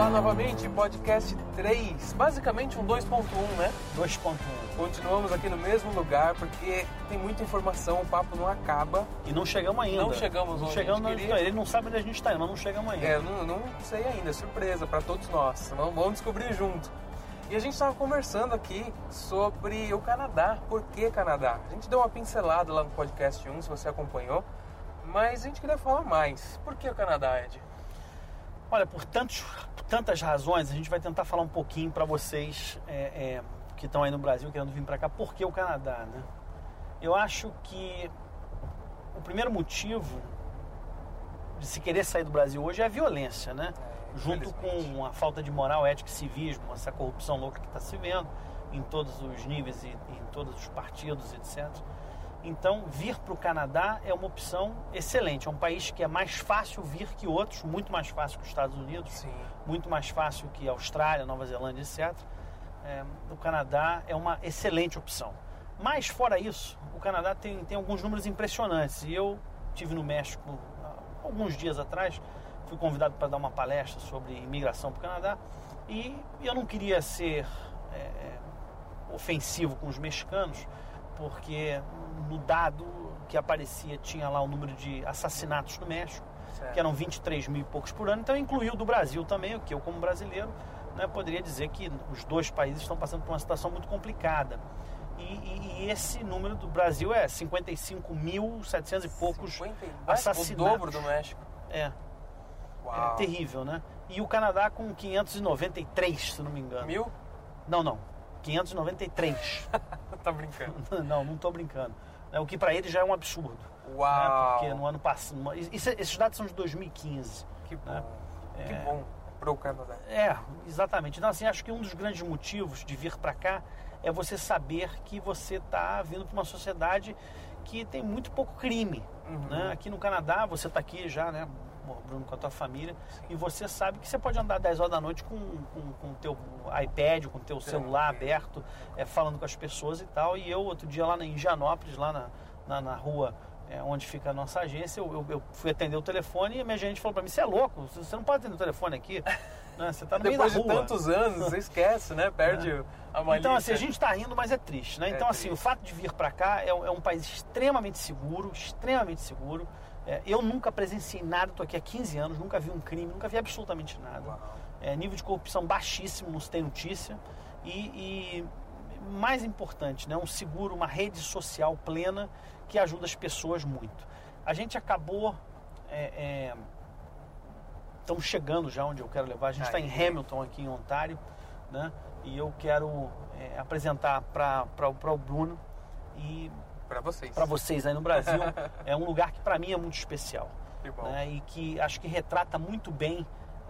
Olá novamente, podcast 3, basicamente um 2.1, né? 2.1. Continuamos aqui no mesmo lugar porque tem muita informação, o papo não acaba. E não chegamos ainda. Não chegamos onde a gente queria. Ele não sabe onde a gente está, mas não chegamos ainda. Não sei ainda, é surpresa para todos nós. Vamos descobrir junto. E a gente estava conversando aqui sobre o Canadá. Por que Canadá? A gente deu uma pincelada lá no podcast 1, se você acompanhou. Mas a gente queria falar mais. Por que o Canadá, Ed? Olha, por tantas razões, a gente vai tentar falar um pouquinho para vocês que estão aí no Brasil querendo vir para cá. Por que o Canadá, né? Eu acho que o primeiro motivo de se querer sair do Brasil hoje é a violência, né? Junto com a falta de moral, ética e civismo, essa corrupção louca que está se vendo em todos os níveis e em todos os partidos, etc. Então, vir para o Canadá é uma opção excelente. É um país que é mais fácil vir que outros, muito mais fácil que os Estados Unidos, Sim. Muito mais fácil que a Austrália, Nova Zelândia, etc. O Canadá é uma excelente opção. Mas, fora isso, o Canadá tem alguns números impressionantes. E eu estive no México alguns dias atrás, fui convidado para dar uma palestra sobre imigração para o Canadá e eu não queria ser ofensivo com os mexicanos, porque no dado que aparecia tinha lá o número de assassinatos no México, certo, que eram 23 mil e poucos por ano, então incluiu do Brasil também, o que eu como brasileiro, né, poderia dizer que os dois países estão passando por uma situação muito complicada. E esse número do Brasil é 55.700 e poucos assassinatos. O dobro do México. Uau. É terrível, né? E o Canadá com 593, se não me engano. Mil? Não. 593. Tá brincando? Não tô brincando. O que para eles já é um absurdo. Uau! Né? Porque no ano passado... Esses dados são de 2015. Que bom. Né? Que bom para o Canadá. Exatamente. Então, assim, acho que um dos grandes motivos de vir para cá é você saber que você está vindo para uma sociedade que tem muito pouco crime. Né? Aqui no Canadá, você está aqui já, né, Bruno, com a tua família, sim, e você sabe que você pode andar 10 horas da noite com o teu iPad, com o teu celular aberto, falando com as pessoas e tal. E eu, outro dia lá em Higienópolis, lá na rua onde fica a nossa agência, eu fui atender o telefone e a minha gerente falou para mim: você é louco, você não pode atender o telefone aqui, né? Você está no meio da rua. Depois de tantos anos, você esquece, né? Perde a malícia. Então, assim, a gente está rindo, mas é triste, né? Então, assim, o fato de vir para cá é um país extremamente seguro, eu nunca presenciei nada, estou aqui há 15 anos, nunca vi um crime, nunca vi absolutamente nada. Nível de corrupção baixíssimo, não se tem notícia. E mais importante, né, um seguro, uma rede social plena que ajuda as pessoas muito. A gente acabou... Estamos chegando já onde eu quero levar. A gente está em Hamilton, aqui em Ontário, né? E eu quero apresentar para o Bruno e... para vocês aí no Brasil. É um lugar que para mim é muito especial, né? E que acho que retrata muito bem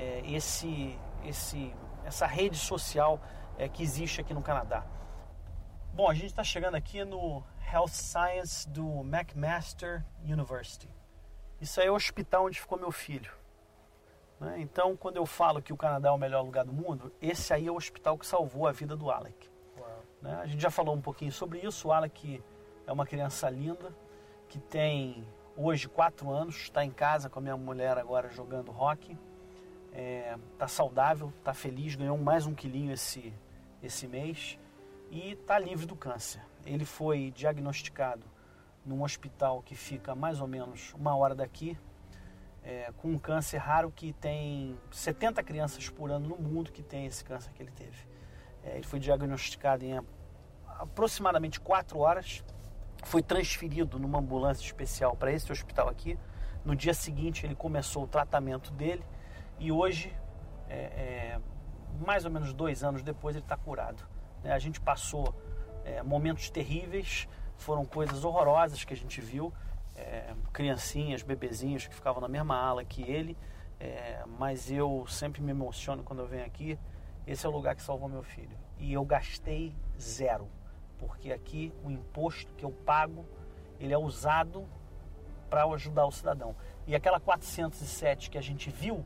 essa rede social que existe aqui no Canadá. Bom, a gente está chegando aqui no Health Science do McMaster University. Isso aí é o hospital onde ficou meu filho, né? Então, quando eu falo que o Canadá é o melhor lugar do mundo, esse aí é o hospital que salvou a vida do Alec, né? A gente já falou um pouquinho sobre isso. O Alec é uma criança linda, que tem hoje 4 anos, está em casa com a minha mulher agora jogando hóquei, está saudável, está feliz, ganhou mais 1 quilinho esse mês e está livre do câncer. Ele foi diagnosticado num hospital que fica mais ou menos 1 hora daqui, com um câncer raro que tem 70 crianças por ano no mundo que tem esse câncer que ele teve. Ele foi diagnosticado em aproximadamente 4 horas, foi transferido numa ambulância especial para esse hospital aqui. No dia seguinte ele começou o tratamento dele e hoje, mais ou menos 2 anos depois, ele está curado. A gente passou momentos terríveis, foram coisas horrorosas que a gente viu, criancinhas, bebezinhos que ficavam na mesma ala que ele, mas eu sempre me emociono quando eu venho aqui. Esse é o lugar que salvou meu filho e eu gastei 0. Porque aqui o imposto que eu pago, ele é usado para ajudar o cidadão. E aquela 407 que a gente viu,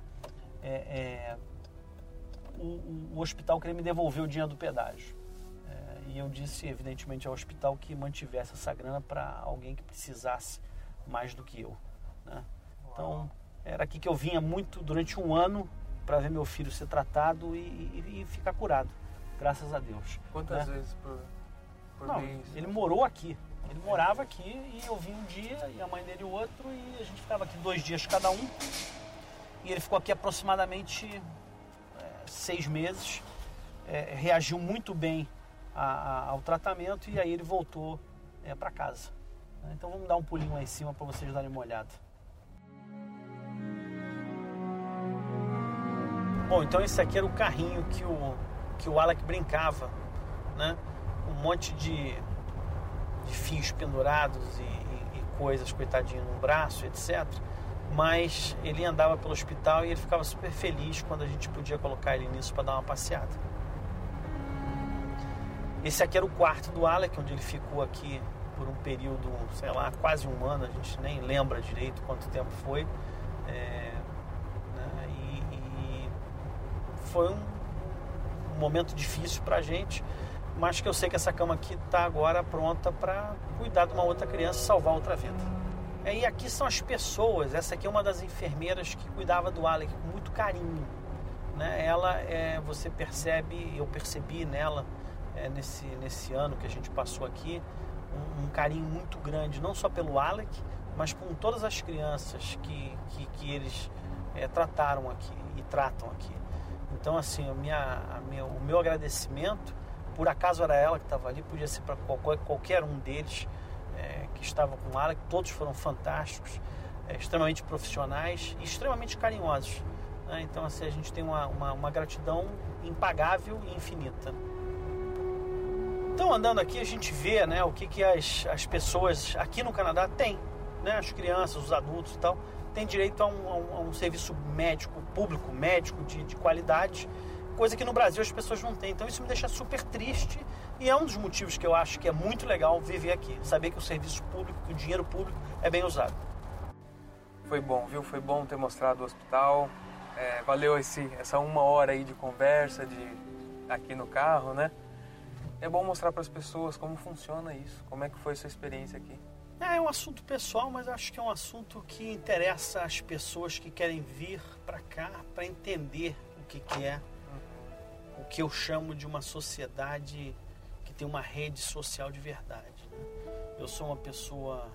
o hospital queria me devolver o dinheiro do pedágio. E eu disse, evidentemente, ao hospital que mantivesse essa grana para alguém que precisasse mais do que eu, né? Então, era aqui que eu vinha muito durante 1 ano, para ver meu filho ser tratado e ficar curado, graças a Deus. Quantas vezes por mês? Ele morou aqui. Ele morava aqui e eu vim um dia e a mãe dele o outro e a gente ficava aqui 2 dias cada um. E ele ficou aqui aproximadamente 6 meses, reagiu muito bem ao tratamento e aí ele voltou para casa. Então vamos dar um pulinho lá em cima para vocês darem uma olhada. Bom, então esse aqui era o carrinho que o Alec brincava, né? Um monte de fios pendurados e coisas, coitadinho, no braço, etc. Mas ele andava pelo hospital e ele ficava super feliz quando a gente podia colocar ele nisso para dar uma passeada. Esse aqui era o quarto do Alec, onde ele ficou aqui por um período, sei lá, quase 1 ano, a gente nem lembra direito quanto tempo foi. E foi um momento difícil pra gente, mas que eu sei que essa cama aqui está agora pronta para cuidar de uma outra criança e salvar outra vida. E aqui são as pessoas. Essa aqui é uma das enfermeiras que cuidava do Alec com muito carinho, né? Ela, você percebe, eu percebi nela, nesse ano que a gente passou aqui, um carinho muito grande, não só pelo Alec, mas com todas as crianças que eles trataram aqui e tratam aqui. Então, assim, o meu agradecimento, por acaso era ela que estava ali, podia ser para qualquer um deles que estava com o Alec. Todos foram fantásticos, extremamente profissionais e extremamente carinhosos, né? Então, assim, a gente tem uma gratidão impagável e infinita. Então, andando aqui, a gente vê, né, o que as pessoas aqui no Canadá têm, né? As crianças, os adultos e tal, têm direito a um serviço médico, público, médico de qualidade, coisa que no Brasil as pessoas não têm. Então isso me deixa super triste e é um dos motivos que eu acho que é muito legal viver aqui. Saber que o serviço público, que o dinheiro público é bem usado. Foi bom, viu? Foi bom ter mostrado o hospital. Valeu essa 1 hora aí de conversa aqui no carro, né? É bom mostrar para as pessoas como funciona isso, como é que foi a sua experiência aqui. É um assunto pessoal, mas acho que é um assunto que interessa as pessoas que querem vir para cá para entender o que é o que eu chamo de uma sociedade que tem uma rede social de verdade, né? Eu sou uma pessoa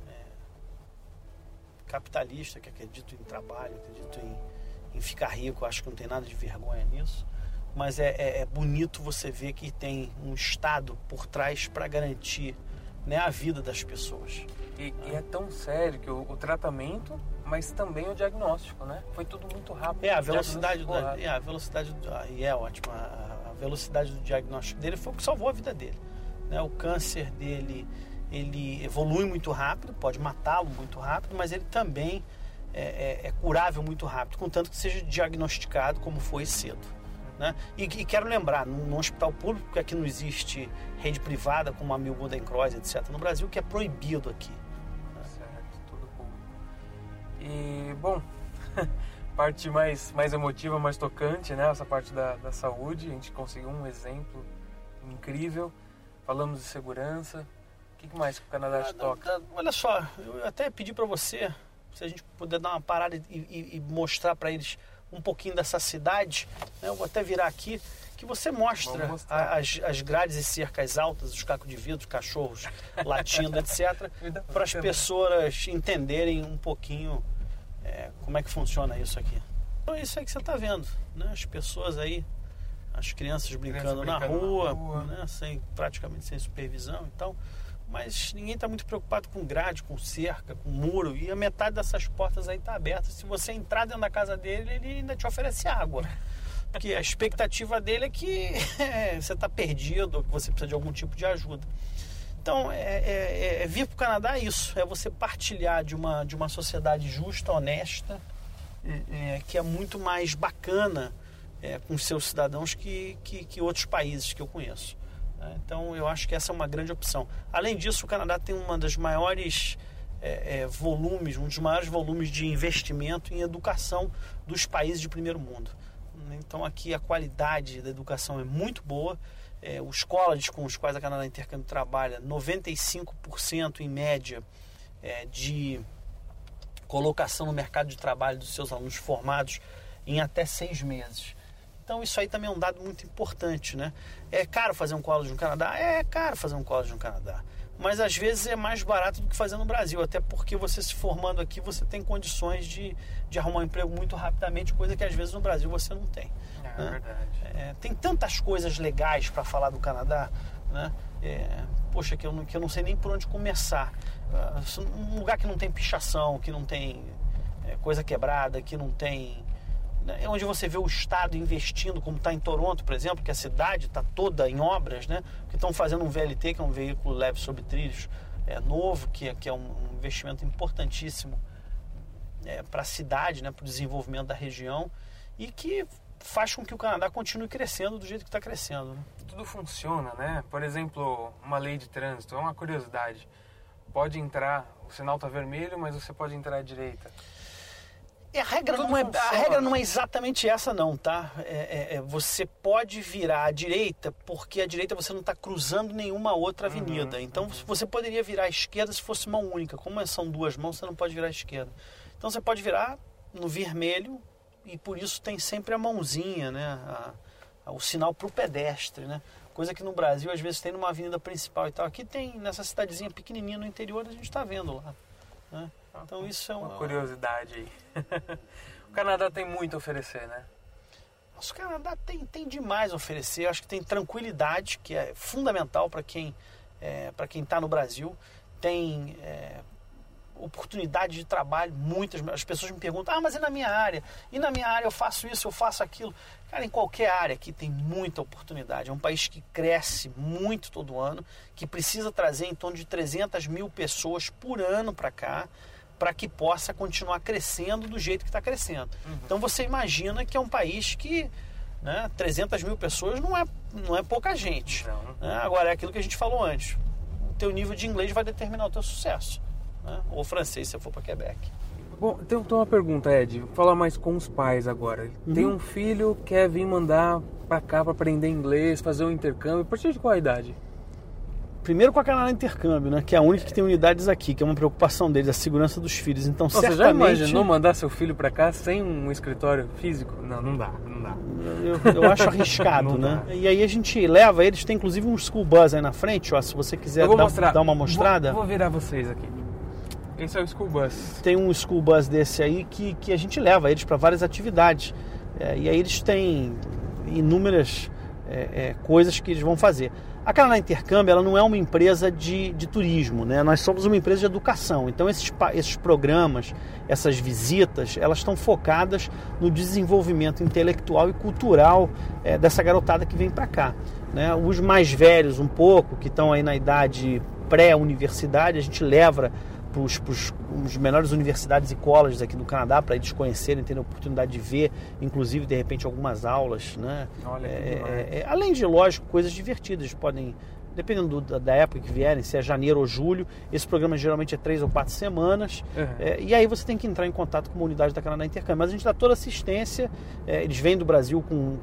capitalista, que acredito em trabalho, acredito em ficar rico, acho que não tem nada de vergonha nisso, mas é bonito você ver que tem um Estado por trás para garantir, né, a vida das pessoas. E é tão sério que o tratamento, mas também o diagnóstico, né? Foi tudo muito rápido. A velocidade é ótima. A velocidade do diagnóstico dele foi o que salvou a vida dele, né? O câncer dele, ele evolui muito rápido, pode matá-lo muito rápido, mas ele também é curável muito rápido, contanto que seja diagnosticado como foi cedo, né? E quero lembrar, num hospital público, porque aqui não existe rede privada como a Mills Golden Cross, etc. No Brasil, que é proibido aqui. Certo, tudo público. E, bom, parte mais emotiva, mais tocante, né? Essa parte da saúde, a gente conseguiu um exemplo incrível. Falamos de segurança. O que mais que o Canadá te toca? Olha só, eu até pedi para você, se a gente puder dar uma parada e mostrar para eles um pouquinho dessa cidade, né? Eu vou até virar aqui, que você mostra as grades e cercas altas, os cacos de vidro, cachorros latindo, etc., para as pessoas entenderem um pouquinho como é que funciona isso aqui. Então é isso aí que você está vendo, né? As pessoas aí, as crianças brincando na rua. Né? Praticamente sem supervisão e tal. Mas ninguém está muito preocupado com grade, com cerca, com muro, e a metade dessas portas aí está aberta. Se você entrar dentro da casa dele, ele ainda te oferece água, porque a expectativa dele é que você está perdido ou que você precisa de algum tipo de ajuda. Então, vir para o Canadá é isso, é você partilhar de uma sociedade justa, honesta, que é muito mais bacana com seus cidadãos que outros países que eu conheço. Então eu acho que essa é uma grande opção. Além disso, o Canadá tem um dos maiores volumes de investimento em educação dos países de primeiro mundo. Então aqui a qualidade da educação é muito boa. Os colleges com os quais a Canadá Intercâmbio trabalha, 95% em média de colocação no mercado de trabalho dos seus alunos formados em até 6 meses. Então isso aí também é um dado muito importante, né? É caro fazer um college no Canadá? É caro fazer um college no Canadá. Mas às vezes é mais barato do que fazer no Brasil, até porque você se formando aqui, você tem condições de arrumar um emprego muito rapidamente, coisa que às vezes no Brasil você não tem. É verdade. Tem tantas coisas legais para falar do Canadá, né? Poxa, que eu não sei nem por onde começar. Um lugar que não tem pichação, que não tem coisa quebrada, que não tem... É onde você vê o Estado investindo, como está em Toronto, por exemplo, que a cidade está toda em obras, né? Que estão fazendo um VLT, que é um veículo leve sobre trilhos, novo, que é um investimento importantíssimo para a cidade, né? Para o desenvolvimento da região, e que faz com que o Canadá continue crescendo do jeito que está crescendo, né? Tudo funciona, né? Por exemplo, uma lei de trânsito, é uma curiosidade. Pode entrar, o sinal está vermelho, mas você pode entrar à direita. A regra não é exatamente essa não, tá? Você pode virar à direita, porque à direita você não está cruzando nenhuma outra avenida. Então você poderia virar à esquerda se fosse mão única. Como são 2 mãos, você não pode virar à esquerda. Então você pode virar no vermelho, e por isso tem sempre a mãozinha, né? O sinal para o pedestre, né? Coisa que no Brasil às vezes tem numa avenida principal e tal. Aqui tem, nessa cidadezinha pequenininha no interior, a gente está vendo lá, né? Então isso é uma curiosidade aí. O Canadá tem muito a oferecer, né? O Canadá tem demais a oferecer. Eu acho que tem tranquilidade, que é fundamental para quem está no Brasil. Tem oportunidade de trabalho, muitas. As pessoas me perguntam, mas e na minha área? E na minha área eu faço isso, eu faço aquilo. Cara, em qualquer área aqui tem muita oportunidade. É um país que cresce muito todo ano, que precisa trazer em torno de 300 mil pessoas por ano para cá, para que possa continuar crescendo do jeito que está crescendo. Então você imagina que é um país que, né, 300 mil pessoas não é pouca gente. Né? Agora, é aquilo que a gente falou antes. O teu nível de inglês vai determinar o teu sucesso. Né? Ou francês, se você for para Quebec. Bom, tem uma pergunta, Ed. Vou falar mais com os pais agora. Tem um filho que quer vir mandar para cá para aprender inglês, fazer um intercâmbio. A partir de qual idade? Primeiro com a Canadá Intercâmbio, né? Que é a única que tem unidades aqui, que é uma preocupação deles, a segurança dos filhos. Então, certamente... Você já imaginou mandar seu filho para cá sem um escritório físico? Não dá. Eu acho arriscado, né? E aí a gente leva eles, tem inclusive um school bus aí na frente, ó, se você quiser dar uma mostrada. Vou virar vocês aqui. Esse é o school bus. Tem um school bus desse aí que a gente leva eles para várias atividades. E aí eles têm inúmeras coisas que eles vão fazer. A Canadá Intercâmbio, ela não é uma empresa de turismo, né? Nós somos uma empresa de educação. Então esses programas, essas visitas, elas estão focadas no desenvolvimento intelectual e cultural dessa garotada que vem para cá, né? Os mais velhos um pouco, que estão aí na idade pré-universidade, a gente leva para os melhores universidades e colleges aqui do Canadá, para eles conhecerem, terem a oportunidade de ver, inclusive, de repente, algumas aulas, né? Olha, além de, lógico, coisas divertidas. Podem, dependendo da época que vierem, se é janeiro ou julho, esse programa geralmente é 3 ou 4 semanas, e aí você tem que entrar em contato com uma unidade da Canadá Intercâmbio. Mas a gente dá toda assistência, eles vêm do Brasil com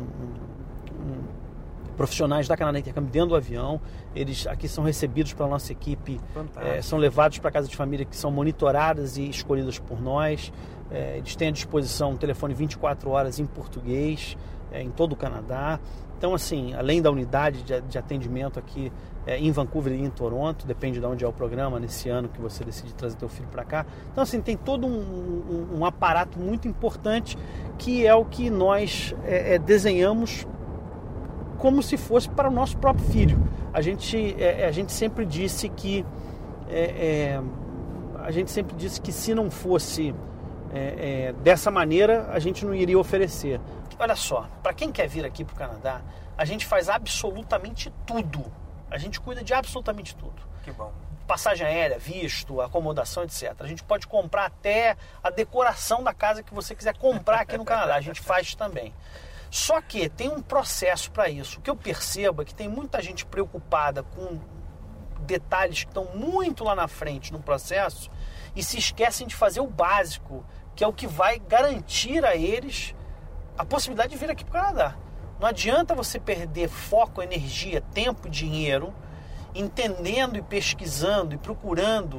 profissionais da Canadá Intercâmbio dentro do avião, eles aqui são recebidos pela nossa equipe, são levados para casa de família, que são monitoradas e escolhidas por nós. Eles têm à disposição um telefone 24 horas em português, em todo o Canadá. Então, assim, além da unidade de atendimento aqui em Vancouver e em Toronto, depende de onde é o programa nesse ano que você decide trazer teu filho para cá. Então, assim, tem todo um aparato muito importante, que é o que nós desenhamos como se fosse para o nosso próprio filho. A gente sempre disse que se não fosse dessa maneira, a gente não iria oferecer. Olha só, para quem quer vir aqui para o Canadá, a gente faz absolutamente tudo. A gente cuida de absolutamente tudo. Que bom. Passagem aérea, visto, acomodação, etc. A gente pode comprar até a decoração da casa que você quiser comprar aqui no Canadá. A gente faz também. Só que tem um processo para isso. O que eu percebo é que tem muita gente preocupada com detalhes que estão muito lá na frente no processo e se esquecem de fazer o básico, que é o que vai garantir a eles a possibilidade de vir aqui para o Canadá. Não adianta você perder foco, energia, tempo, dinheiro, entendendo e pesquisando e procurando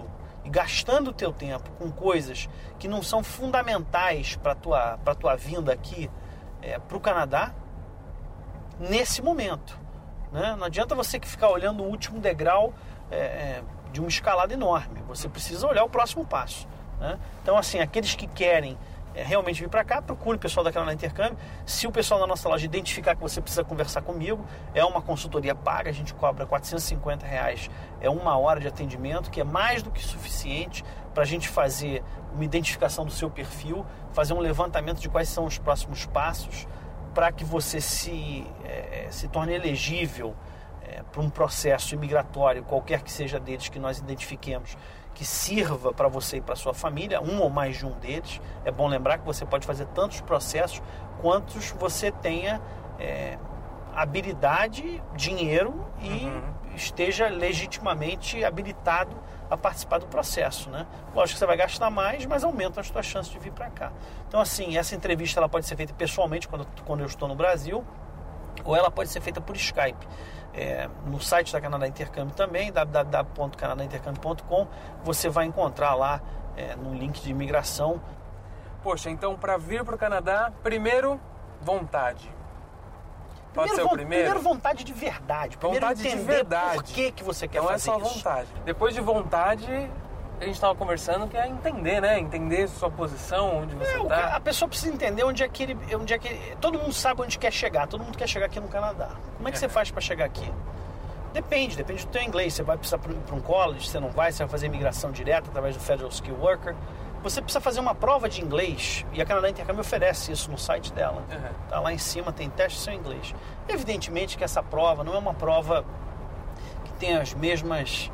e gastando o teu tempo com coisas que não são fundamentais para tua vinda aqui para o Canadá, nesse momento, né? Não adianta você que ficar olhando o último degrau de uma escalada enorme. Você precisa olhar o próximo passo, né? Então, assim, aqueles que querem realmente vir para cá, procure o pessoal da Canadá Intercâmbio. Se o pessoal da nossa loja identificar que você precisa conversar comigo, é uma consultoria paga, a gente cobra R$450, é 1 hora de atendimento, que é mais do que suficiente para a gente fazer uma identificação do seu perfil, fazer um levantamento de quais são os próximos passos para que você se torne elegível para um processo imigratório, qualquer que seja deles que nós identifiquemos, que sirva para você e para sua família, um ou mais de um deles. É bom lembrar que você pode fazer tantos processos quantos você tenha habilidade, dinheiro e esteja legitimamente habilitado a participar do processo, né? Lógico que você vai gastar mais, mas aumenta as suas chances de vir para cá. Então, assim, essa entrevista ela pode ser feita pessoalmente quando eu estou no Brasil, ou ela pode ser feita por Skype. No site da Canadá Intercâmbio também, www.canadaintercambio.com, você vai encontrar lá no link de imigração. Poxa, então para vir para o Canadá, primeiro, vontade. Pode ser o primeiro? Primeiro, vontade de verdade. Primeiro, vontade entender de verdade. Por que você quer fazer fazer isso. Não é só vontade. Depois de vontade, a gente estava conversando que é entender, né? Entender sua posição, onde você está. A pessoa precisa entender onde é que ele... Todo mundo sabe onde quer chegar. Todo mundo quer chegar aqui no Canadá. Como é que você faz para chegar aqui? Depende do teu inglês. Você vai precisar para um college, você não vai, você vai fazer imigração direta através do Federal Skill Worker. Você precisa fazer uma prova de inglês, e a Canadá Intercâmbio oferece isso no site dela. Tá lá em cima, tem teste de seu inglês. Evidentemente que essa prova não é uma prova que tem as mesmas...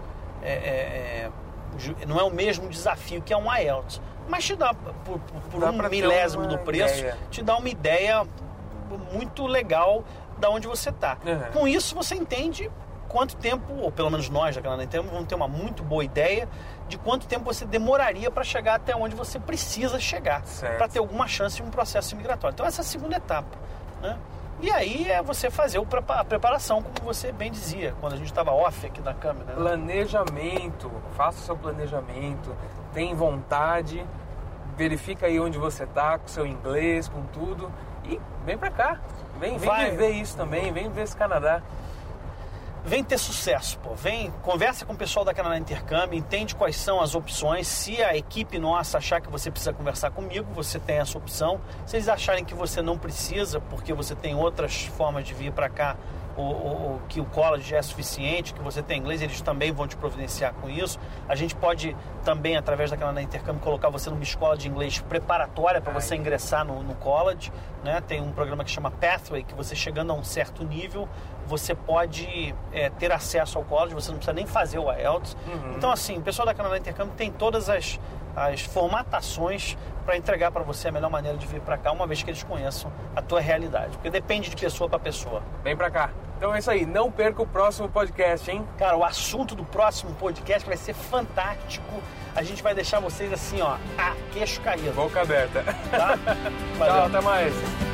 não é o mesmo desafio que é um IELTS, mas te dá, por um milésimo do preço, te dá uma ideia muito legal de onde você está. Com isso você entende quanto tempo, ou pelo menos nós da Canadá Intercâmbio, vamos ter uma muito boa ideia de quanto tempo você demoraria para chegar até onde você precisa chegar, para ter alguma chance de um processo imigratório. Então essa é a segunda etapa, né? E aí é você fazer a preparação, como você bem dizia, quando a gente estava off aqui na câmera. Né? Planejamento, faça o seu planejamento, tem vontade, verifica aí onde você está, com o seu inglês, com tudo, e vem pra cá. Vem viver isso também, vem ver esse Canadá. Vem ter sucesso, pô. Vem, conversa com o pessoal da Canadá Intercâmbio, entende quais são as opções. Se a equipe nossa achar que você precisa conversar comigo, você tem essa opção. Se eles acharem que você não precisa, porque você tem outras formas de vir para cá, ou que o college já é suficiente, que você tem inglês, eles também vão te providenciar com isso. A gente pode também, através da Canadá Intercâmbio, colocar você numa escola de inglês preparatória para você ingressar no college, né? Tem um programa que chama Pathway, que você chegando a um certo nível, você pode ter acesso ao college, você não precisa nem fazer o IELTS. Então, assim, o pessoal da Canadá Intercâmbio tem todas as formatações para entregar para você a melhor maneira de vir para cá, uma vez que eles conheçam a tua realidade, porque depende de pessoa para pessoa. Vem para cá. Então é isso aí, não perca o próximo podcast, hein? Cara, o assunto do próximo podcast vai ser fantástico. A gente vai deixar vocês assim, ó, a queixo caído. Boca aberta. Tá? Tchau, até mais.